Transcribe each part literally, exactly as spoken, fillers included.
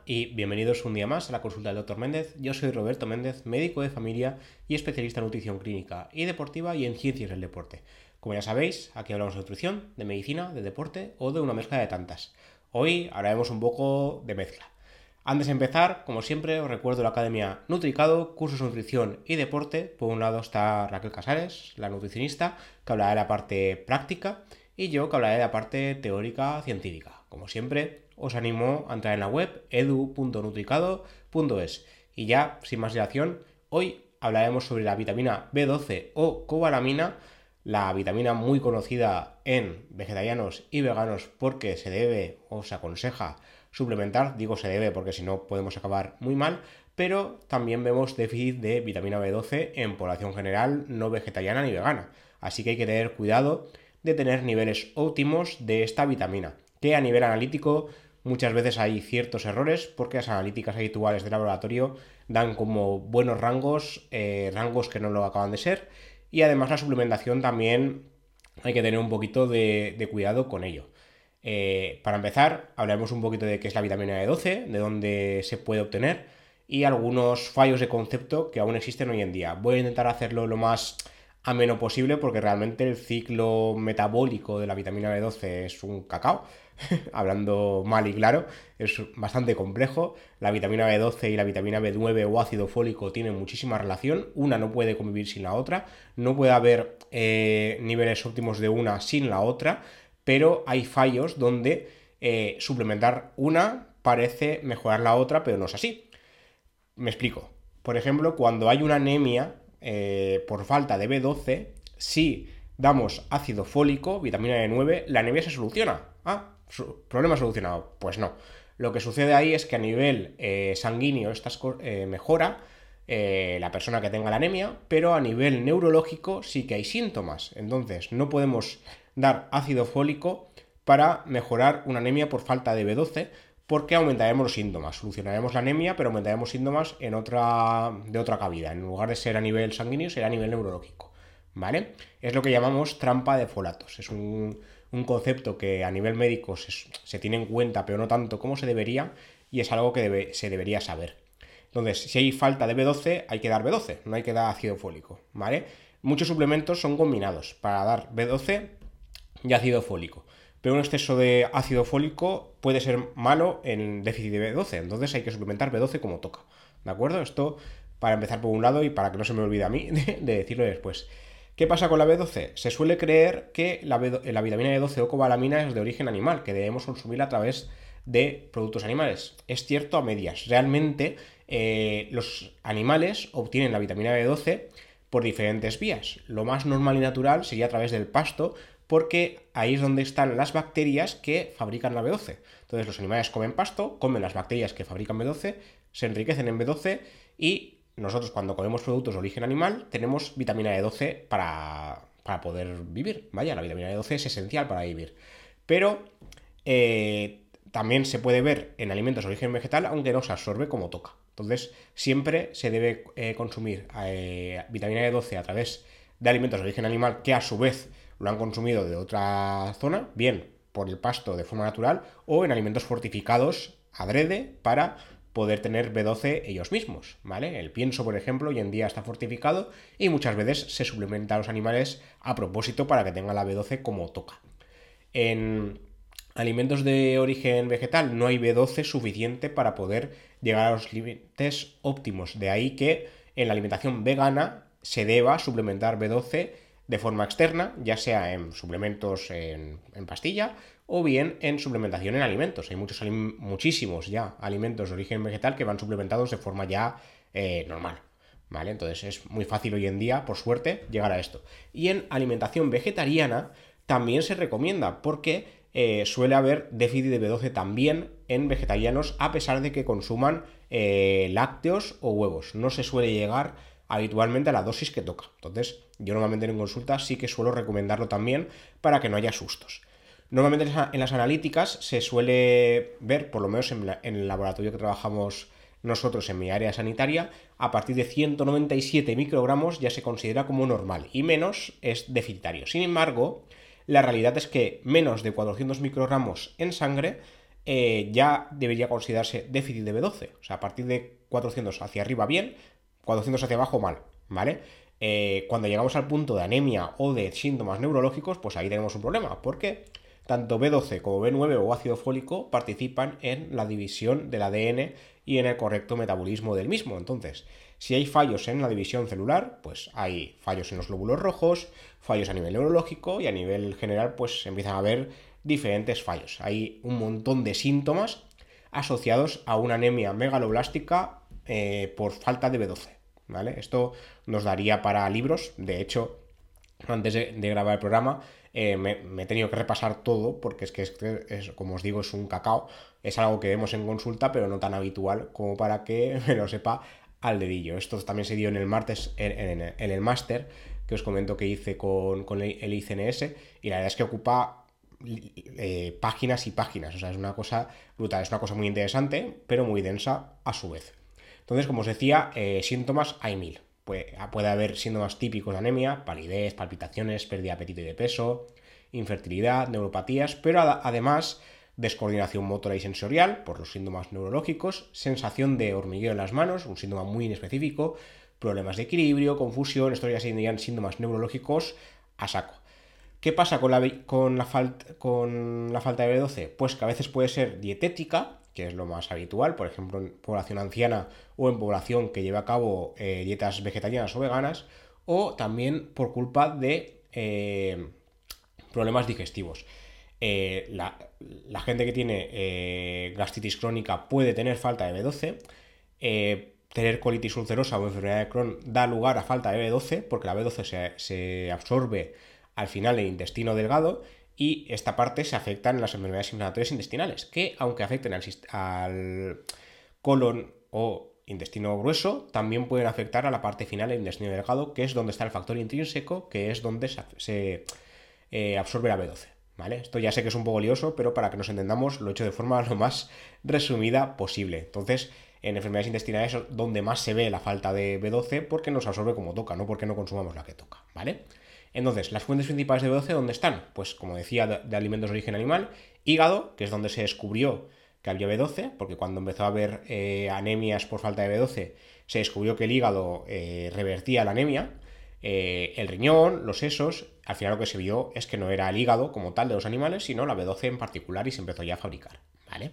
y bienvenidos un día más a la consulta del doctor Méndez. Yo soy Roberto Méndez, médico de familia y especialista en nutrición clínica y deportiva y en ciencias del deporte. Como ya sabéis, aquí hablamos de nutrición, de medicina, de deporte o de una mezcla de tantas. Hoy hablaremos un poco de mezcla. Antes de empezar, como siempre, os recuerdo la Academia Nutricado, cursos de nutrición y deporte. Por un lado está Raquel Casares, la nutricionista, que hablará de la parte práctica, y yo, que hablaré de la parte teórica científica. Como siempre, os animo a entrar en la web edu punto nutricado punto es. Y ya, sin más dilación, hoy hablaremos sobre la vitamina B doce o cobalamina, la vitamina muy conocida en vegetarianos y veganos porque se debe o se aconseja suplementar, digo se debe porque si no podemos acabar muy mal, pero también vemos déficit de vitamina B doce en población general no vegetariana ni vegana, así que hay que tener cuidado de tener niveles óptimos de esta vitamina, que a nivel analítico muchas veces hay ciertos errores porque las analíticas habituales de laboratorio dan como buenos rangos, eh, rangos que no lo acaban de ser, y además la suplementación también hay que tener un poquito de, de cuidado con ello. Eh, para empezar, hablaremos un poquito de qué es la vitamina B doce, de dónde se puede obtener y algunos fallos de concepto que aún existen hoy en día. Voy a intentar hacerlo lo más ameno posible porque realmente el ciclo metabólico de la vitamina B doce es un cacao, hablando mal y claro, es bastante complejo. La vitamina B doce y la vitamina B nueve o ácido fólico tienen muchísima relación, una no puede convivir sin la otra, no puede haber eh, niveles óptimos de una sin la otra, pero hay fallos donde eh, suplementar una parece mejorar la otra, pero no es así. Me explico. Por ejemplo, cuando hay una anemia eh, por falta de B doce, si damos ácido fólico, vitamina B nueve, la anemia se soluciona. Ah, su problema solucionado. Pues no. Lo que sucede ahí es que a nivel eh, sanguíneo esta eh, mejora eh, la persona que tenga la anemia, pero a nivel neurológico sí que hay síntomas. Entonces, no podemos dar ácido fólico para mejorar una anemia por falta de B doce, porque aumentaremos los síntomas. Solucionaremos la anemia, pero aumentaremos síntomas en otra, de otra cabida. En lugar de ser a nivel sanguíneo, será a nivel neurológico. ¿Vale? Es lo que llamamos trampa de folatos. Es un, un concepto que a nivel médico se, se tiene en cuenta, pero no tanto como se debería, y es algo que debe, se debería saber. Entonces, si hay falta de B doce, hay que dar B doce, no hay que dar ácido fólico, ¿vale? Muchos suplementos son combinados para dar B doce y ácido fólico, pero un exceso de ácido fólico puede ser malo en déficit de B doce, entonces hay que suplementar B doce como toca, ¿de acuerdo? Esto para empezar por un lado y para que no se me olvide a mí de, de decirlo después. ¿Qué pasa con la B doce? Se suele creer que la, B, la vitamina B doce o cobalamina es de origen animal, que debemos consumirla a través de productos animales. Es cierto a medias. Realmente eh, los animales obtienen la vitamina B doce por diferentes vías. Lo más normal y natural sería a través del pasto, porque ahí es donde están las bacterias que fabrican la B doce. Entonces los animales comen pasto, comen las bacterias que fabrican B doce, se enriquecen en B doce y nosotros cuando comemos productos de origen animal tenemos vitamina B doce para, para poder vivir. Vaya, la vitamina B doce es esencial para vivir. Pero eh, también se puede ver en alimentos de origen vegetal, aunque no se absorbe como toca. Entonces siempre se debe eh, consumir eh, vitamina B doce a través de alimentos de origen animal que a su vez lo han consumido de otra zona, bien por el pasto de forma natural o en alimentos fortificados adrede para poder tener B doce ellos mismos, ¿vale? El pienso, por ejemplo, hoy en día está fortificado y muchas veces se suplementa a los animales a propósito para que tengan la B doce como toca. En alimentos de origen vegetal no hay B doce suficiente para poder llegar a los límites óptimos, de ahí que en la alimentación vegana se deba suplementar B doce de forma externa, ya sea en suplementos en, en pastilla o bien en suplementación en alimentos. Hay muchos, muchísimos ya alimentos de origen vegetal que van suplementados de forma ya eh, normal, ¿vale? Entonces es muy fácil hoy en día, por suerte, llegar a esto. Y en alimentación vegetariana también se recomienda porque eh, suele haber déficit de B doce también en vegetarianos a pesar de que consuman eh, lácteos o huevos. No se suele llegar habitualmente a la dosis que toca. Entonces, yo normalmente en consulta sí que suelo recomendarlo también para que no haya sustos. Normalmente en las analíticas se suele ver, por lo menos en, la, en el laboratorio que trabajamos nosotros en mi área sanitaria, a partir de ciento noventa y siete microgramos ya se considera como normal y menos es deficitario. Sin embargo, la realidad es que menos de cuatrocientos microgramos en sangre eh, ya debería considerarse déficit de B doce. O sea, a partir de cuatrocientos hacia arriba bien, cuatrocientos hacia abajo mal, ¿vale? Eh, cuando llegamos al punto de anemia o de síntomas neurológicos, pues ahí tenemos un problema, porque tanto B doce como B nueve o ácido fólico participan en la división del A D N y en el correcto metabolismo del mismo. Entonces, si hay fallos en la división celular, pues hay fallos en los glóbulos rojos, fallos a nivel neurológico y a nivel general pues empiezan a haber diferentes fallos. Hay un montón de síntomas asociados a una anemia megaloblástica eh, por falta de B doce, ¿vale? Esto nos daría para libros. De hecho, antes de, de grabar el programa eh, me, me he tenido que repasar todo porque es que, es, es, como os digo, es un cacao. Es algo que vemos en consulta, pero no tan habitual como para que me lo sepa al dedillo. Esto también se dio en el martes, en, en, en el máster que os comento que hice con, con el I C N S, y la verdad es que ocupa eh, páginas y páginas. O sea, es una cosa brutal, es una cosa muy interesante, pero muy densa a su vez. Entonces, como os decía, eh, síntomas hay mil. Puede, puede haber síntomas típicos de anemia: palidez, palpitaciones, pérdida de apetito y de peso, infertilidad, neuropatías, pero ad- además descoordinación motora y sensorial por los síntomas neurológicos, sensación de hormigueo en las manos, un síntoma muy inespecífico, problemas de equilibrio, confusión. Estos ya serían síntomas neurológicos a saco. ¿Qué pasa con la, con la, falta, con la falta de B doce? Pues que a veces puede ser dietética, que es lo más habitual, por ejemplo en población anciana o en población que lleva a cabo eh, dietas vegetarianas o veganas, o también por culpa de eh, problemas digestivos. Eh, la, la, gente que tiene eh, gastritis crónica puede tener falta de B doce. Eh, tener colitis ulcerosa o enfermedad de Crohn da lugar a falta de B doce, porque la B doce se, se absorbe al final en el intestino delgado, y esta parte se afecta en las enfermedades inflamatorias intestinales, que aunque afecten al, al colon o intestino grueso, también pueden afectar a la parte final del intestino delgado, que es donde está el factor intrínseco, que es donde se, se eh, absorbe la B doce. ¿Vale? Esto ya sé que es un poco lioso, pero para que nos entendamos lo he hecho de forma lo más resumida posible. Entonces, en enfermedades intestinales es donde más se ve la falta de B doce, porque nos absorbe como toca, no porque no consumamos la que toca, ¿vale? Entonces, las fuentes principales de B doce, ¿dónde están? Pues como decía, de, de alimentos de origen animal, hígado, que es donde se descubrió que había B doce, porque cuando empezó a haber eh, anemias por falta de B doce, se descubrió que el hígado eh, revertía la anemia. Eh, el riñón, los sesos, al final lo que se vio es que no era el hígado como tal de los animales, sino la B doce en particular, y se empezó ya a fabricar, ¿vale?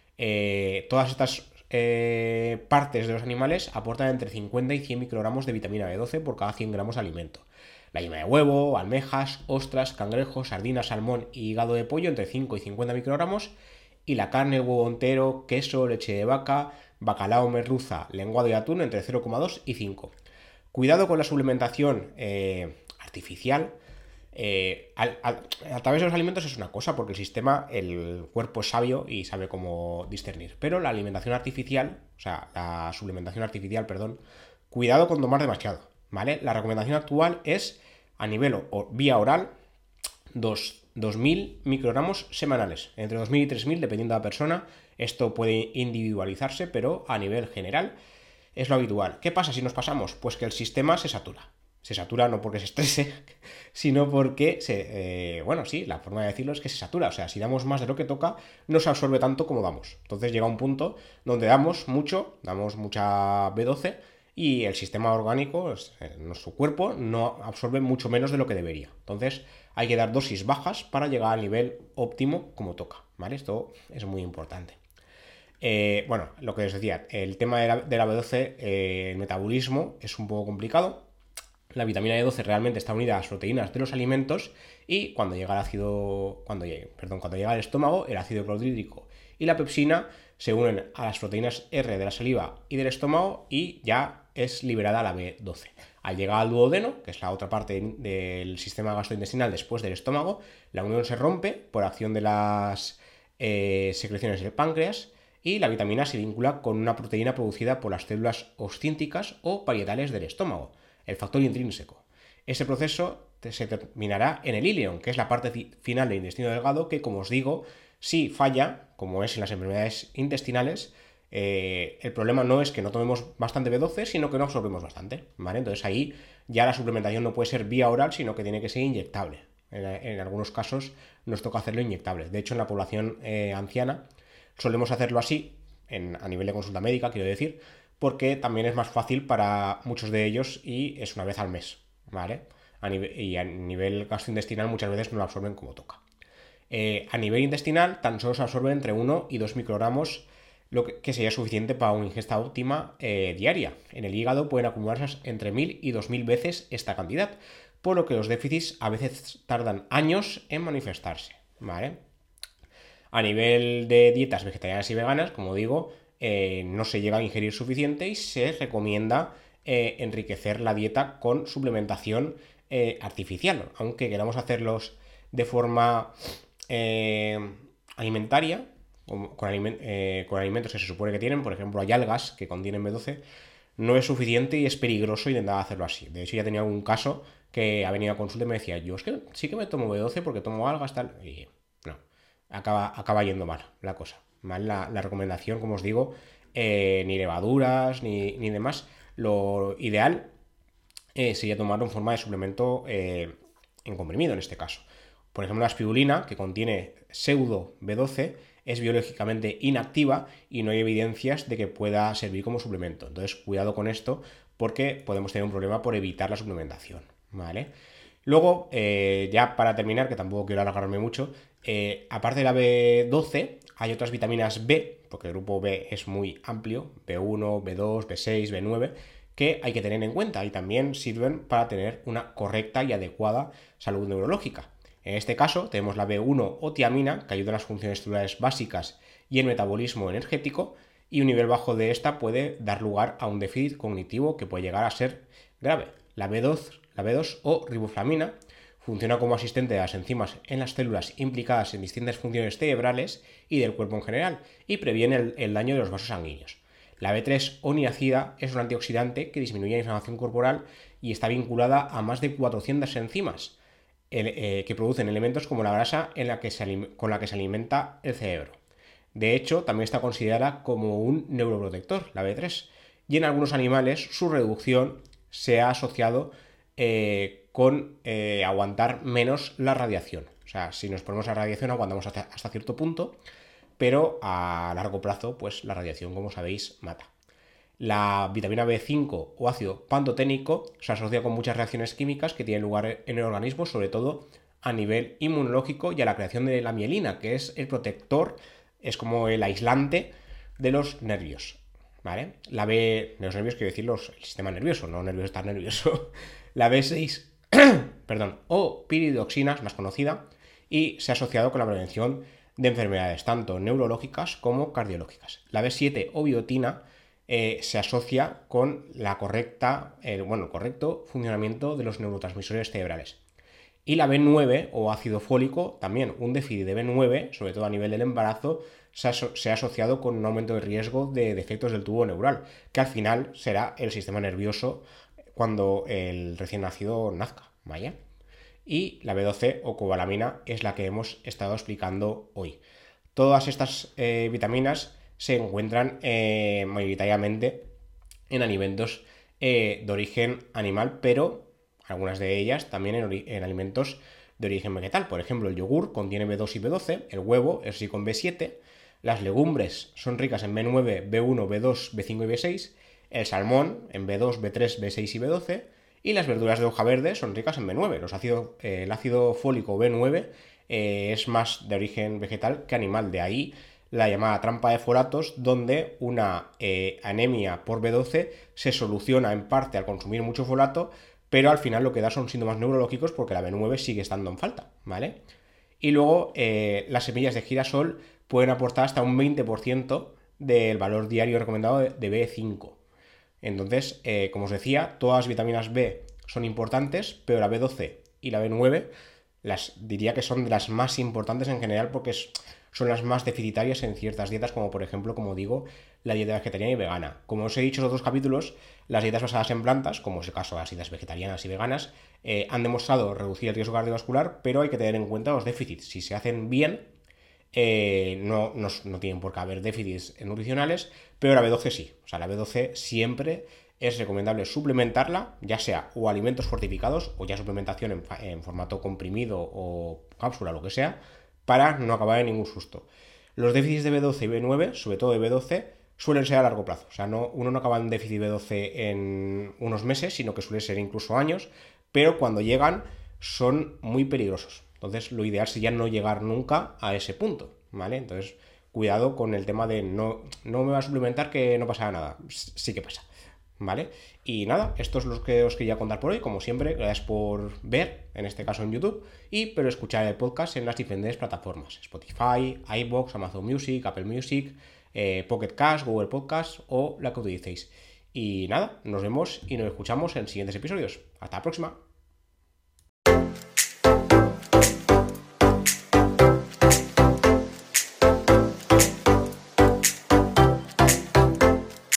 Eh, todas estas eh, partes de los animales aportan entre cincuenta y cien microgramos de vitamina B doce por cada cien gramos de alimento. La yema de huevo, almejas, ostras, cangrejos, sardinas, salmón y hígado de pollo entre cinco y cincuenta microgramos, y la carne, huevo entero, queso, leche de vaca, bacalao, merluza, lenguado y atún entre cero coma dos y cinco. Cuidado con la suplementación eh, artificial. Eh, al, al, a través de los alimentos es una cosa, porque el sistema, el cuerpo es sabio y sabe cómo discernir. Pero la alimentación artificial, o sea, la suplementación artificial, perdón, cuidado con tomar demasiado, ¿vale? La recomendación actual es, a nivel o, vía oral, dos mil microgramos semanales, entre dos mil y tres mil dependiendo de la persona. Esto puede individualizarse, pero a nivel general es lo habitual. ¿Qué pasa si nos pasamos? Pues que el sistema se satura. Se satura no porque se estrese, sino porque, se, eh, bueno, sí, la forma de decirlo es que se satura. O sea, si damos más de lo que toca, no se absorbe tanto como damos. Entonces llega un punto donde damos mucho, damos mucha B doce, y el sistema orgánico, nuestro cuerpo, no absorbe mucho menos de lo que debería. Entonces hay que dar dosis bajas para llegar al nivel óptimo como toca, ¿vale? Esto es muy importante. Eh, bueno, lo que os decía, el tema de la, de la B doce, eh, el metabolismo es un poco complicado. La vitamina B doce realmente está unida a las proteínas de los alimentos, y cuando llega el ácido, cuando llegue, perdón, cuando llega al estómago, el ácido clorhídrico y la pepsina se unen a las proteínas R de la saliva y del estómago, y ya es liberada la B doce. Al llegar al duodeno, que es la otra parte del sistema gastrointestinal después del estómago, la unión se rompe por acción de las eh, secreciones del páncreas, y la vitamina se vincula con una proteína producida por las células oscínticas o parietales del estómago, el factor intrínseco. Ese proceso se terminará en el íleon, que es la parte final del intestino delgado, que, como os digo, si falla, como es en las enfermedades intestinales, eh, el problema no es que no tomemos bastante B doce, sino que no absorbemos bastante, ¿vale? Entonces ahí ya la suplementación no puede ser vía oral, sino que tiene que ser inyectable. En, en algunos casos nos toca hacerlo inyectable. De hecho, en la población eh, anciana Solemos hacerlo así, en, a nivel de consulta médica, quiero decir, porque también es más fácil para muchos de ellos y es una vez al mes, ¿vale? A nivel, y a nivel gastrointestinal muchas veces no lo absorben como toca. Eh, a nivel intestinal tan solo se absorbe entre uno y dos microgramos, lo que, que sería suficiente para una ingesta óptima eh, diaria. En el hígado pueden acumularse entre mil y dos mil veces esta cantidad, por lo que los déficits a veces tardan años en manifestarse, ¿vale? A nivel de dietas vegetarianas y veganas, como digo, eh, no se llega a ingerir suficiente y se recomienda eh, enriquecer la dieta con suplementación eh, artificial, aunque queramos hacerlos de forma eh, alimentaria, con, con, aliment eh, con alimentos que se supone que tienen, por ejemplo hay algas que contienen B doce, no es suficiente y es peligroso intentar hacerlo así. De hecho ya tenía algún caso que ha venido a consulta y me decía, yo es que sí que me tomo B doce porque tomo algas tal, y no, acaba, acaba yendo mal la cosa, mal la, la recomendación, como os digo, eh, ni levaduras ni, ni demás, lo ideal eh, sería tomarlo en forma de suplemento eh, en comprimido en este caso. Por ejemplo, la espirulina, que contiene pseudo B doce, es biológicamente inactiva y no hay evidencias de que pueda servir como suplemento. Entonces, cuidado con esto porque podemos tener un problema por evitar la suplementación, ¿vale? Luego, eh, ya para terminar, que tampoco quiero alargarme mucho, eh, aparte de la B doce, hay otras vitaminas B, porque el grupo B es muy amplio, B uno, B dos, B seis, B nueve, que hay que tener en cuenta y también sirven para tener una correcta y adecuada salud neurológica. En este caso tenemos la B uno o tiamina, que ayuda en las funciones celulares básicas y el metabolismo energético, y un nivel bajo de esta puede dar lugar a un déficit cognitivo que puede llegar a ser grave. La B dos, la B dos o riboflavina funciona como asistente de las enzimas en las células implicadas en distintas funciones cerebrales y del cuerpo en general, y previene el, el daño de los vasos sanguíneos. La B tres o niacida es un antioxidante que disminuye la inflamación corporal y está vinculada a más de cuatrocientas enzimas el, eh, que producen elementos como la grasa en la que se con la que se alimenta el cerebro. De hecho, también está considerada como un neuroprotector, la B tres, y en algunos animales su reducción se ha asociado eh, con eh, aguantar menos la radiación. O sea, si nos ponemos a radiación aguantamos hasta, hasta cierto punto, pero a largo plazo, pues la radiación, como sabéis, mata. La vitamina B cinco o ácido pantoténico se asocia con muchas reacciones químicas que tienen lugar en el organismo, sobre todo a nivel inmunológico y a la creación de la mielina, que es el protector, es como el aislante de los nervios, ¿vale? La B, de los nervios quiero decir los, el sistema nervioso, no nervioso estar nervioso. La B seis, perdón, o piridoxina es más conocida y se ha asociado con la prevención de enfermedades tanto neurológicas como cardiológicas. La B siete o biotina eh, se asocia con la correcta, eh, bueno, el correcto funcionamiento de los neurotransmisores cerebrales. Y la B nueve o ácido fólico, también un déficit de B nueve, sobre todo a nivel del embarazo, se ha, se ha asociado con un aumento de riesgo de defectos del tubo neural, que al final será el sistema nervioso cuando el recién nacido nazca, ¿vale? Y la B doce o cobalamina es la que hemos estado explicando hoy. Todas estas eh, vitaminas se encuentran eh, mayoritariamente en alimentos eh, de origen animal, pero algunas de ellas también en, en alimentos de origen vegetal. Por ejemplo, el yogur contiene B dos y B doce, el huevo es rico en B siete, las legumbres son ricas en B nueve, B uno, B dos, B cinco y B seis, el salmón en B dos, B tres, B seis y B doce, y las verduras de hoja verde son ricas en B nueve. Los ácido, eh, el ácido fólico B nueve eh, es más de origen vegetal que animal, de ahí la llamada trampa de folatos, donde una eh, anemia por B doce se soluciona en parte al consumir mucho folato, pero al final lo que da son síntomas neurológicos porque la B nueve sigue estando en falta, ¿vale? Y luego eh, las semillas de girasol pueden aportar hasta un veinte por ciento del valor diario recomendado de B cinco. Entonces, eh, como os decía, todas las vitaminas B son importantes, pero la B doce y la B nueve las diría que son de las más importantes en general porque es, son las más deficitarias en ciertas dietas, como por ejemplo, como digo, la dieta vegetariana y vegana. Como os he dicho en los dos capítulos, las dietas basadas en plantas, como es el caso de las dietas vegetarianas y veganas, eh, han demostrado reducir el riesgo cardiovascular, pero hay que tener en cuenta los déficits. Si se hacen bien, eh, no, no, no tienen por qué haber déficits nutricionales, pero la B doce sí. O sea, la B doce siempre es recomendable suplementarla, ya sea o alimentos fortificados o ya suplementación en, en formato comprimido o cápsula, lo que sea, para no acabar en ningún susto. Los déficits de B doce y B nueve, sobre todo de B doce, suelen ser a largo plazo. O sea, no, uno no acaba en déficit B doce en unos meses, sino que suele ser incluso años, pero cuando llegan son muy peligrosos. Entonces, lo ideal sería no llegar nunca a ese punto, ¿vale? Entonces, cuidado con el tema de no, no me va a suplementar que no pasa nada. Sí que pasa, ¿vale? Y nada, esto es lo que os quería contar por hoy. Como siempre, gracias por ver, en este caso en YouTube, y pero escuchar el podcast en las diferentes plataformas: Spotify, iVoox, Amazon Music, Apple Music, eh, Pocket Cast, Google Podcast o la que utilicéis. Y nada, nos vemos y nos escuchamos en siguientes episodios. Hasta la próxima.